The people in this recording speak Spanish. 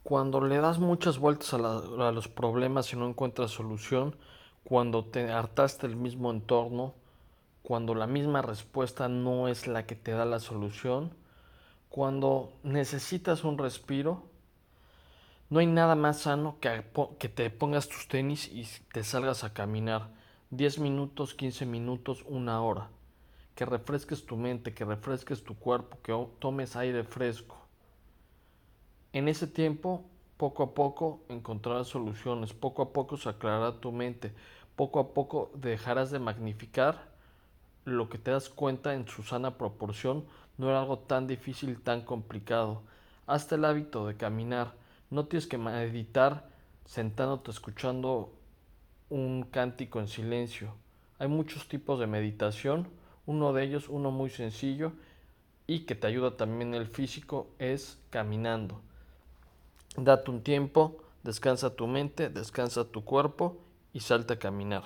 Cuando le das muchas vueltas a los problemas y no encuentras solución, cuando te hartaste del mismo entorno, cuando la misma respuesta no es la que te da la solución, cuando necesitas un respiro, no hay nada más sano que te pongas tus tenis y te salgas a caminar 10 minutos, 15 minutos, una hora. Que refresques tu mente, que refresques tu cuerpo, que tomes aire fresco. En ese tiempo, poco a poco encontrarás soluciones, poco a poco se aclarará tu mente, poco a poco dejarás de magnificar lo que te das cuenta en su sana proporción no era algo tan difícil, tan complicado. Hazte el hábito de caminar, no tienes que meditar sentándote escuchando un cántico en silencio. Hay muchos tipos de meditación, uno de ellos, uno muy sencillo y que te ayuda también el físico, es caminando. Date un tiempo, descansa tu mente, descansa tu cuerpo y salte a caminar.